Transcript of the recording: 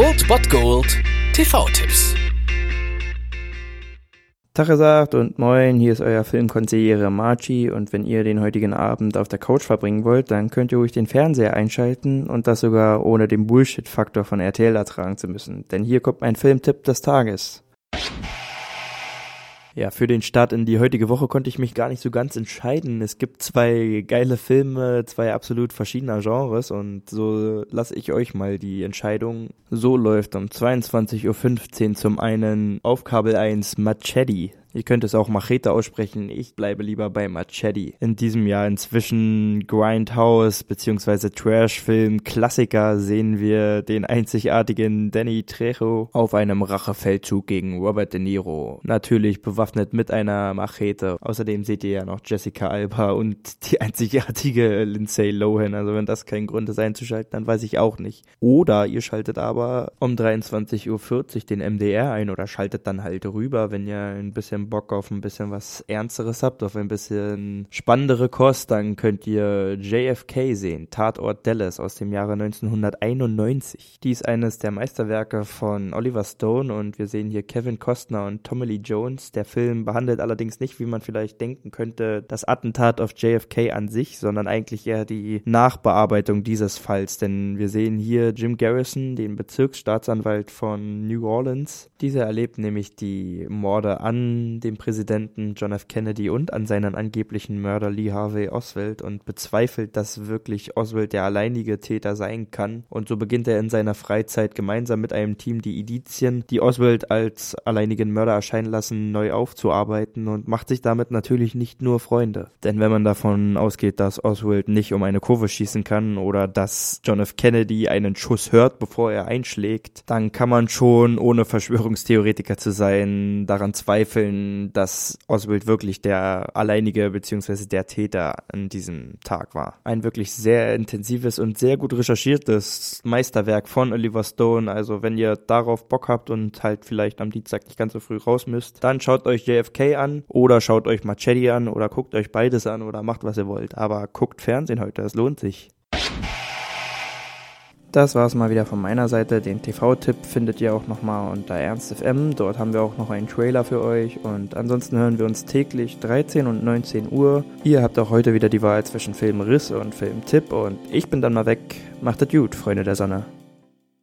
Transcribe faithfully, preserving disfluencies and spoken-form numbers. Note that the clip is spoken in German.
Old Bot Gold T V-Tipps. Tag gesagt und moin, hier ist euer Filmkonsigliere Marci und wenn ihr den heutigen Abend auf der Couch verbringen wollt, dann könnt ihr ruhig den Fernseher einschalten und das sogar ohne den Bullshit-Faktor von R T L ertragen zu müssen, denn hier kommt mein Filmtipp des Tages. Ja, für den Start in die heutige Woche konnte ich mich gar nicht so ganz entscheiden. Es gibt zwei geile Filme, zwei absolut verschiedener Genres und so lasse ich euch mal die Entscheidung. So läuft um zweiundzwanzig Uhr fünfzehn zum einen auf Kabel eins Machete. Ihr könnt es auch Machete aussprechen, ich bleibe lieber bei Machete. In diesem Jahr inzwischen Grindhouse bzw. Trash-Film Klassiker sehen wir den einzigartigen Danny Trejo auf einem Rachefeldzug gegen Robert De Niro. Natürlich bewaffnet mit einer Machete. Außerdem seht ihr ja noch Jessica Alba und die einzigartige Lindsay Lohan. Also wenn das kein Grund ist einzuschalten, dann weiß ich auch nicht. Oder ihr schaltet aber um dreiundzwanzig Uhr vierzig den M D R ein oder schaltet dann halt rüber, wenn ihr ein bisschen Bock auf ein bisschen was Ernsteres habt, auf ein bisschen spannendere Kost, dann könnt ihr J F K sehen, Tatort Dallas aus dem Jahre neunzehnhunderteinundneunzig. Dies eines der Meisterwerke von Oliver Stone und wir sehen hier Kevin Costner und Tommy Lee Jones. Der Film behandelt allerdings nicht, wie man vielleicht denken könnte, das Attentat auf J F K an sich, sondern eigentlich eher die Nachbearbeitung dieses Falls, denn wir sehen hier Jim Garrison, den Bezirksstaatsanwalt von New Orleans. Dieser erlebt nämlich die Morde an dem Präsidenten John F. Kennedy und an seinen angeblichen Mörder Lee Harvey Oswald und bezweifelt, dass wirklich Oswald der alleinige Täter sein kann. Und so beginnt er in seiner Freizeit gemeinsam mit einem Team die Indizien, die Oswald als alleinigen Mörder erscheinen lassen, neu aufzuarbeiten und macht sich damit natürlich nicht nur Freunde. Denn wenn man davon ausgeht, dass Oswald nicht um eine Kurve schießen kann oder dass John F. Kennedy einen Schuss hört, bevor er einschlägt, dann kann man schon, ohne Verschwörungstheoretiker zu sein, daran zweifeln, dass Oswald wirklich der alleinige bzw. der Täter an diesem Tag war. Ein wirklich sehr intensives und sehr gut recherchiertes Meisterwerk von Oliver Stone. Also wenn ihr darauf Bock habt und halt vielleicht am Dienstag nicht ganz so früh raus müsst, dann schaut euch J F K an oder schaut euch Machete an oder guckt euch beides an oder macht, was ihr wollt. Aber guckt Fernsehen heute, es lohnt sich. Das war's mal wieder von meiner Seite. Den T V-Tipp findet ihr auch nochmal unter Ernst F M. Dort haben wir auch noch einen Trailer für euch. Und ansonsten hören wir uns täglich dreizehn und neunzehn Uhr. Ihr habt auch heute wieder die Wahl zwischen Filmriss und Filmtipp. Und ich bin dann mal weg. Macht es gut, Freunde der Sonne.